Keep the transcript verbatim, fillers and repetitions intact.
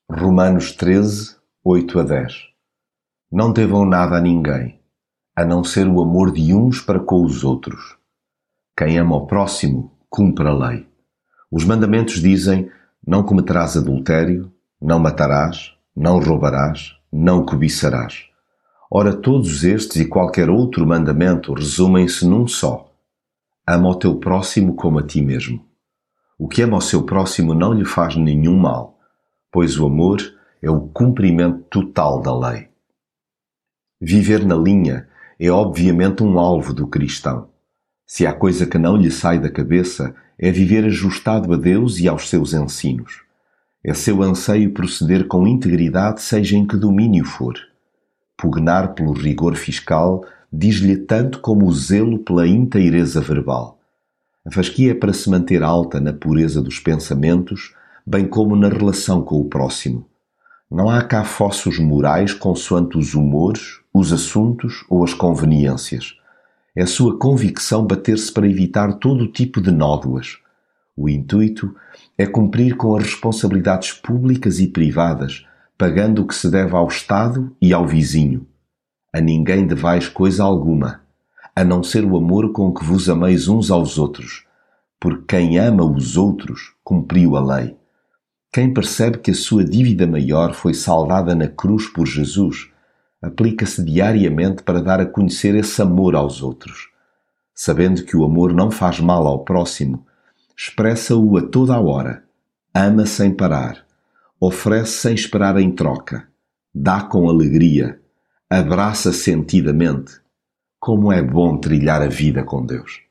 Romanos treze, oito a dez. Não devam nada a ninguém, a não ser o amor de uns para com os outros. Quem ama o próximo, cumpre a lei. Os mandamentos dizem: não cometerás adultério, não matarás, não roubarás, não cobiçarás. Ora, todos estes e qualquer outro mandamento resumem-se num só: ama o teu próximo como a ti mesmo. O que ama o seu próximo não lhe faz nenhum mal, pois o amor é o cumprimento total da lei. Viver na linha é obviamente um alvo do cristão. Se há coisa que não lhe sai da cabeça, é viver ajustado a Deus e aos seus ensinos. É seu anseio proceder com integridade, seja em que domínio for. Pugnar pelo rigor fiscal diz-lhe tanto como o zelo pela inteireza verbal. A fasquia é para se manter alta na pureza dos pensamentos, bem como na relação com o próximo. Não há cá fossos morais consoante os humores, os assuntos ou as conveniências. É sua convicção bater-se para evitar todo tipo de nódoas. O intuito é cumprir com as responsabilidades públicas e privadas, pagando o que se deve ao Estado e ao vizinho. A ninguém devais coisa alguma, a não ser o amor com que vos ameis uns aos outros, porque quem ama os outros cumpriu a lei. Quem percebe que a sua dívida maior foi saldada na cruz por Jesus, aplica-se diariamente para dar a conhecer esse amor aos outros. Sabendo que o amor não faz mal ao próximo, expressa-o a toda a hora, ama sem parar, oferece sem esperar em troca, dá com alegria, abraça sentidamente. Como é bom trilhar a vida com Deus!